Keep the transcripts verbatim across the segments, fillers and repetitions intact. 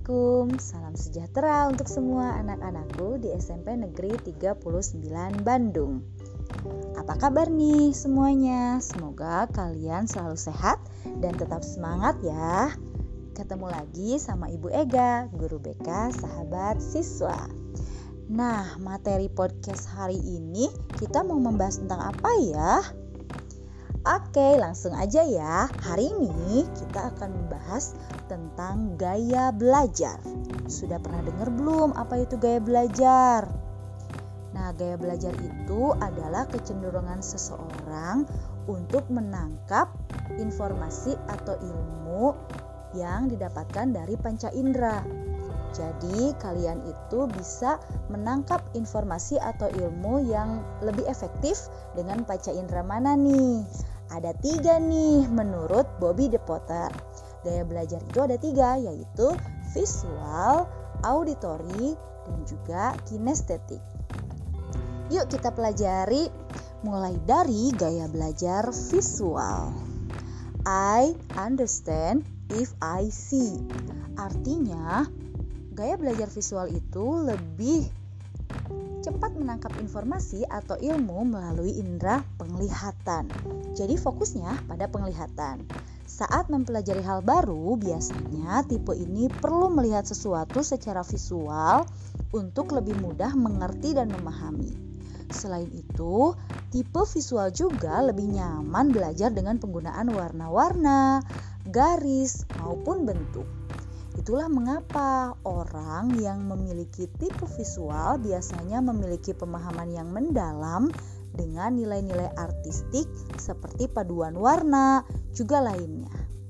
Assalamualaikum, salam sejahtera untuk semua anak-anakku di S M P Negeri tiga puluh sembilan Bandung. Apa kabar nih semuanya? Semoga kalian selalu sehat dan tetap semangat ya. Ketemu lagi sama Ibu Ega, guru B K Sahabat Siswa. Nah, materi podcast hari ini kita mau membahas tentang apa ya? Oke, langsung aja ya. Hari ini kita akan membahas tentang gaya belajar. Sudah pernah dengar belum apa itu gaya belajar? Nah, gaya belajar itu adalah kecenderungan seseorang untuk menangkap informasi atau ilmu yang didapatkan dari panca indera. Jadi, kalian itu bisa menangkap informasi atau ilmu yang lebih efektif dengan panca indera mana nih? Ada tiga nih menurut Bobby De Potter. Gaya belajar itu ada tiga, yaitu visual, auditory, dan juga kinestetik. Yuk kita pelajari mulai dari gaya belajar visual. I understand if I see. Artinya, gaya belajar visual itu lebih cepat menangkap informasi atau ilmu melalui indera penglihatan. Jadi fokusnya pada penglihatan. Saat mempelajari hal baru, biasanya tipe ini perlu melihat sesuatu secara visual untuk lebih mudah mengerti dan memahami. Selain itu, tipe visual juga lebih nyaman belajar dengan penggunaan warna-warna, garis, maupun bentuk. Itulah mengapa orang yang memiliki tipe visual biasanya memiliki pemahaman yang mendalam dengan nilai-nilai artistik seperti paduan warna, juga lainnya.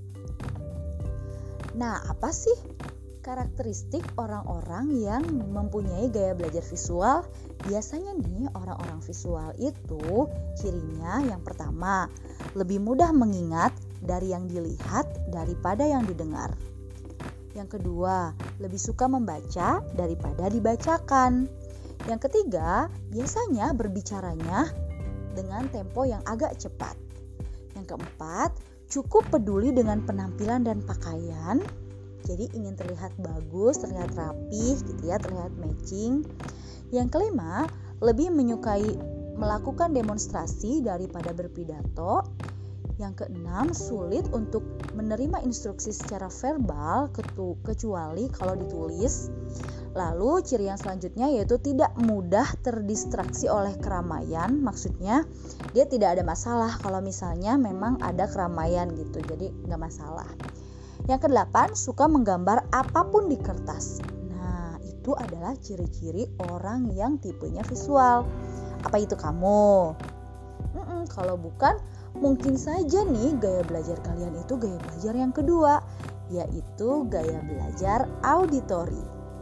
Nah, apa sih karakteristik orang-orang yang mempunyai gaya belajar visual? Biasanya nih, orang-orang visual itu cirinya yang pertama, lebih mudah mengingat dari yang dilihat daripada yang didengar. Yang kedua, lebih suka membaca daripada dibacakan. Yang ketiga, biasanya berbicaranya dengan tempo yang agak cepat. Yang keempat, cukup peduli dengan penampilan dan pakaian. Jadi ingin terlihat bagus, terlihat rapih gitu ya, terlihat matching. Yang kelima, lebih menyukai melakukan demonstrasi daripada berpidato. Yang keenam, sulit untuk menerima instruksi secara verbal kecuali kalau ditulis. Lalu ciri yang selanjutnya yaitu tidak mudah terdistraksi oleh keramaian. Maksudnya dia tidak ada masalah kalau misalnya memang ada keramaian gitu, jadi nggak masalah. Yang kedelapan, suka menggambar apapun di kertas. Nah, itu adalah ciri-ciri orang yang tipenya visual. Apa itu kamu? Mm-mm, kalau bukan, mungkin saja nih gaya belajar kalian itu gaya belajar yang kedua, yaitu gaya belajar auditory.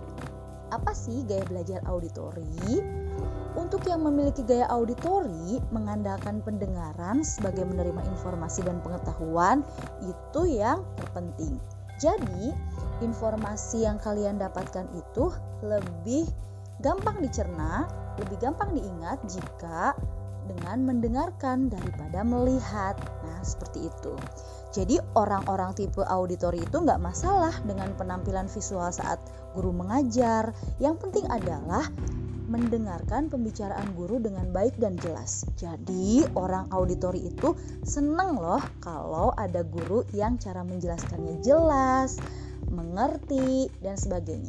Apa sih gaya belajar auditory? Untuk yang memiliki gaya auditory, mengandalkan pendengaran sebagai menerima informasi dan pengetahuan itu yang terpenting. Jadi, informasi yang kalian dapatkan itu lebih gampang dicerna, lebih gampang diingat jika dengan mendengarkan daripada melihat. Nah, seperti itu. Jadi orang-orang tipe auditory itu nggak masalah dengan penampilan visual saat guru mengajar. Yang penting adalah mendengarkan pembicaraan guru dengan baik dan jelas. Jadi orang auditory itu seneng loh kalau ada guru yang cara menjelaskannya jelas, mengerti, dan sebagainya.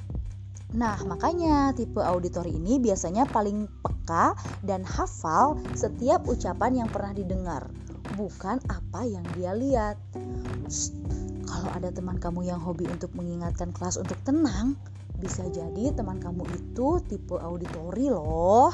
Nah, makanya tipe auditori ini biasanya paling peka dan hafal setiap ucapan yang pernah didengar, bukan apa yang dia lihat. Shh, kalau ada teman kamu yang hobi untuk mengingatkan kelas untuk tenang, bisa jadi teman kamu itu tipe auditori loh.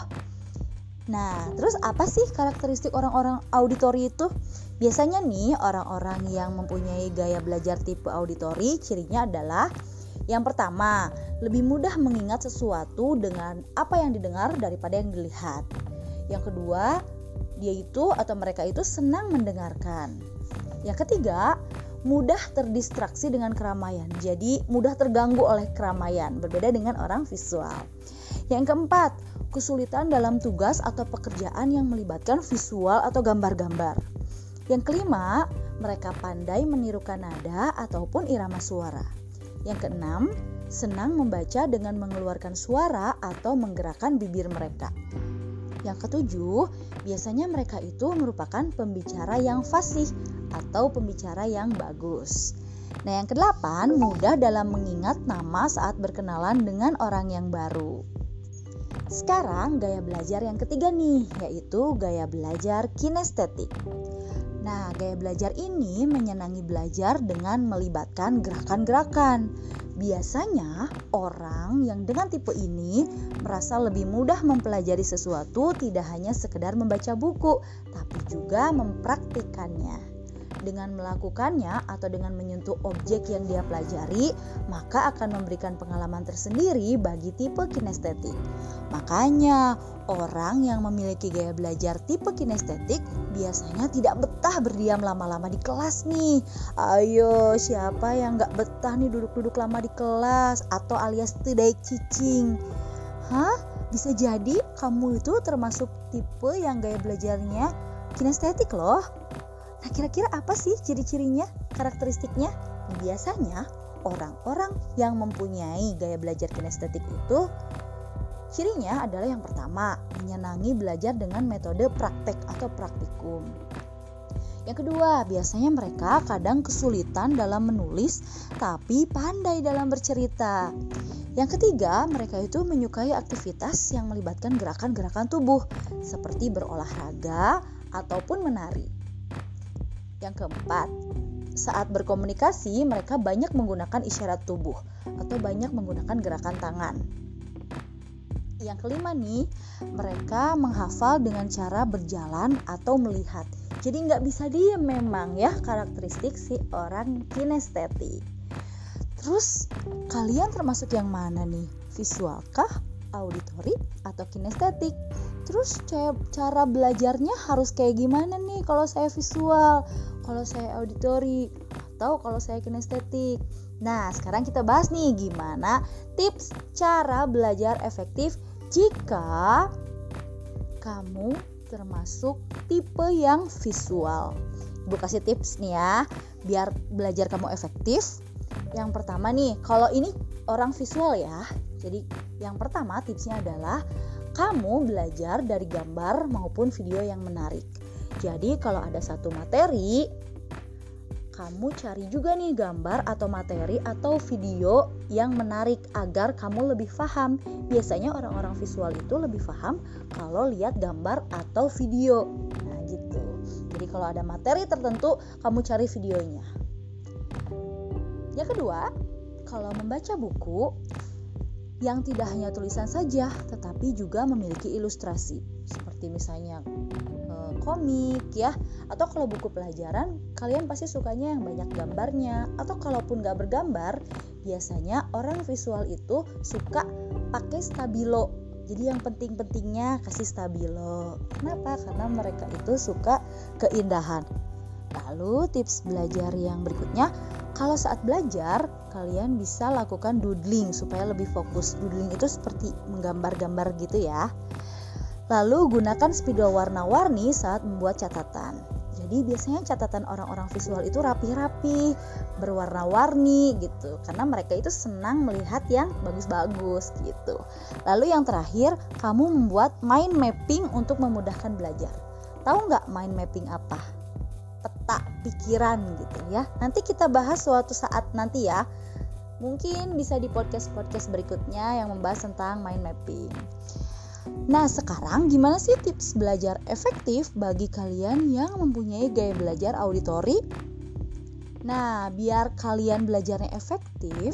Nah, terus apa sih karakteristik orang-orang auditori itu? Biasanya nih, orang-orang yang mempunyai gaya belajar tipe auditori, cirinya adalah yang pertama, lebih mudah mengingat sesuatu dengan apa yang didengar daripada yang dilihat. Yang kedua, dia itu atau mereka itu senang mendengarkan. Yang ketiga, mudah terdistraksi dengan keramaian. Jadi mudah terganggu oleh keramaian, berbeda dengan orang visual. Yang keempat, kesulitan dalam tugas atau pekerjaan yang melibatkan visual atau gambar-gambar. Yang kelima, mereka pandai menirukan nada ataupun irama suara. Yang keenam, senang membaca dengan mengeluarkan suara atau menggerakkan bibir mereka. Yang ketujuh, biasanya mereka itu merupakan pembicara yang fasih atau pembicara yang bagus. Nah, yang kedelapan, mudah dalam mengingat nama saat berkenalan dengan orang yang baru. Sekarang gaya belajar yang ketiga nih, yaitu gaya belajar kinestetik. Nah, gaya belajar ini menyenangi belajar dengan melibatkan gerakan-gerakan. Biasanya orang yang dengan tipe ini merasa lebih mudah mempelajari sesuatu, tidak hanya sekedar membaca buku, tapi juga mempraktikkannya. Dengan melakukannya atau dengan menyentuh objek yang dia pelajari, maka akan memberikan pengalaman tersendiri bagi tipe kinestetik. Makanya, orang yang memiliki gaya belajar tipe kinestetik biasanya tidak betah berdiam lama-lama di kelas nih. Ayo, siapa yang gak betah nih duduk-duduk lama di kelas atau alias tidak cicing? Hah? Bisa jadi kamu itu termasuk tipe yang gaya belajarnya kinestetik loh. Nah, kira-kira apa sih ciri-cirinya, karakteristiknya? Biasanya orang-orang yang mempunyai gaya belajar kinestetik itu cirinya adalah yang pertama, menyenangi belajar dengan metode praktek atau praktikum. Yang kedua, biasanya mereka kadang kesulitan dalam menulis tapi pandai dalam bercerita. Yang ketiga, mereka itu menyukai aktivitas yang melibatkan gerakan-gerakan tubuh seperti berolahraga ataupun menari. Yang keempat, saat berkomunikasi mereka banyak menggunakan isyarat tubuh atau banyak menggunakan gerakan tangan. Yang kelima nih, mereka menghafal dengan cara berjalan atau melihat. Jadi nggak bisa diem memang ya karakteristik si orang kinestetik. Terus kalian termasuk yang mana nih? Visualkah, auditori, atau kinestetik? Terus cara belajarnya harus kayak gimana nih kalau saya visual, kalau saya auditori, atau kalau saya kinestetik? Nah, sekarang kita bahas nih gimana tips cara belajar efektif jika kamu termasuk tipe yang visual. Ibu kasih tips nih ya, biar belajar kamu efektif. Yang pertama nih, kalau ini orang visual ya. Jadi yang pertama tipsnya adalah kamu belajar dari gambar maupun video yang menarik. Jadi kalau ada satu materi, kamu cari juga nih gambar atau materi atau video yang menarik agar kamu lebih paham. Biasanya orang-orang visual itu lebih paham kalau lihat gambar atau video. Nah gitu. Jadi kalau ada materi tertentu, kamu cari videonya. Yang kedua, kalau membaca buku yang tidak hanya tulisan saja, tetapi juga memiliki ilustrasi, seperti misalnya e, komik ya, atau kalau buku pelajaran, kalian pasti sukanya yang banyak gambarnya, atau kalaupun gak bergambar, biasanya orang visual itu suka pakai stabilo. Jadi yang penting-pentingnya kasih stabilo. Kenapa? Karena mereka itu suka keindahan. Lalu tips belajar yang berikutnya, kalau saat belajar kalian bisa lakukan doodling supaya lebih fokus. Doodling itu seperti menggambar-gambar gitu ya. Lalu gunakan spidol warna-warni saat membuat catatan. Jadi biasanya catatan orang-orang visual itu rapi-rapi, berwarna-warni gitu. Karena mereka itu senang melihat yang bagus-bagus gitu. Lalu yang terakhir, kamu membuat mind mapping untuk memudahkan belajar. Tahu nggak mind mapping apa? Peta pikiran gitu ya. Nanti kita bahas suatu saat nanti ya. Mungkin bisa di podcast-podcast berikutnya yang membahas tentang mind mapping. Nah, sekarang gimana sih tips belajar efektif bagi kalian yang mempunyai gaya belajar auditori? Nah, biar kalian belajarnya efektif,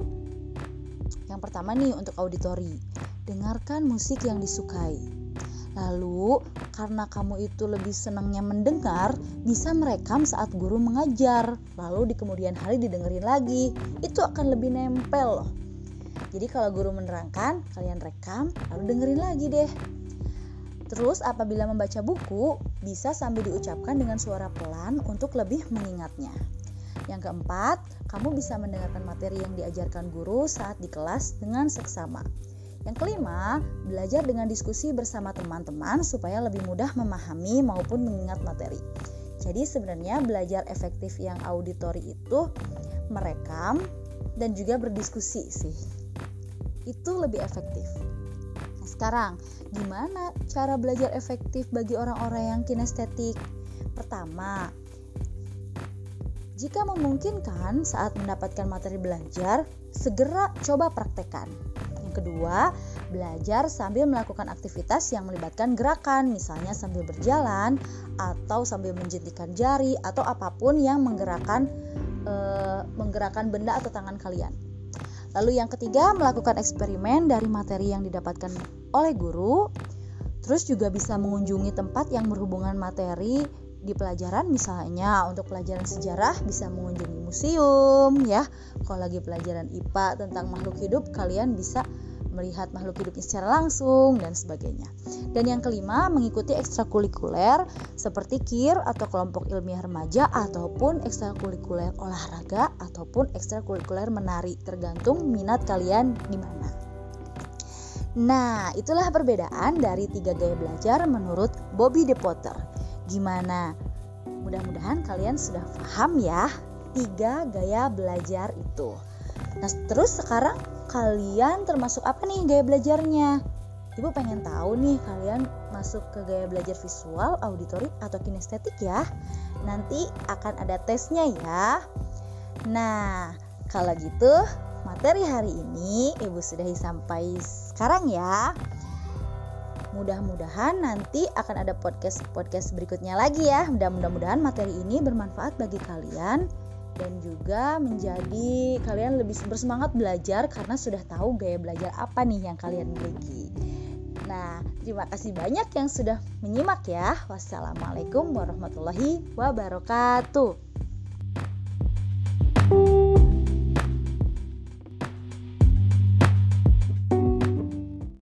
yang pertama nih untuk auditori, dengarkan musik yang disukai. Lalu, karena kamu itu lebih senangnya mendengar, bisa merekam saat guru mengajar. Lalu di kemudian hari didengerin lagi. Itu akan lebih nempel loh. Jadi kalau guru menerangkan, kalian rekam, lalu dengerin lagi deh. Terus apabila membaca buku, bisa sambil diucapkan dengan suara pelan untuk lebih mengingatnya. Yang keempat, kamu bisa mendengarkan materi yang diajarkan guru saat di kelas dengan seksama. Yang kelima, belajar dengan diskusi bersama teman-teman supaya lebih mudah memahami maupun mengingat materi. Jadi sebenarnya belajar efektif yang auditori itu merekam, dan juga berdiskusi sih. Itu lebih efektif. Nah, sekarang gimana cara belajar efektif bagi orang-orang yang kinestetik? Pertama, jika memungkinkan saat mendapatkan materi belajar, segera coba praktekkan. Yang kedua, belajar sambil melakukan aktivitas yang melibatkan gerakan, misalnya sambil berjalan atau sambil menjentikan jari atau apapun yang menggerakkan e, menggerakkan benda atau tangan kalian. Lalu yang ketiga, melakukan eksperimen dari materi yang didapatkan oleh guru. Terus juga bisa mengunjungi tempat yang berhubungan materi di pelajaran, misalnya untuk pelajaran sejarah bisa mengunjungi museum ya. Kalau lagi pelajaran I P A tentang makhluk hidup, kalian bisa melihat makhluk hidupnya secara langsung dan sebagainya. Dan yang kelima, mengikuti ekstrakurikuler seperti K I R atau kelompok ilmiah remaja ataupun ekstrakurikuler olahraga ataupun ekstrakurikuler menari, tergantung minat kalian di mana. Nah, itulah perbedaan dari tiga gaya belajar menurut Bobby De Potter. Gimana? Mudah-mudahan kalian sudah paham ya tiga gaya belajar itu. Nah, terus sekarang kalian termasuk apa nih gaya belajarnya? Ibu pengen tahu nih kalian masuk ke gaya belajar visual, auditorik, atau kinestetik ya. Nanti akan ada tesnya ya. Nah, kalau gitu materi hari ini Ibu sudahi sampai sekarang ya. Mudah-mudahan nanti akan ada podcast-podcast berikutnya lagi ya. Dan mudah-mudahan materi ini bermanfaat bagi kalian dan juga menjadi kalian lebih bersemangat belajar karena sudah tahu gaya belajar apa nih yang kalian miliki. Nah, terima kasih banyak yang sudah menyimak ya. Wassalamualaikum warahmatullahi wabarakatuh.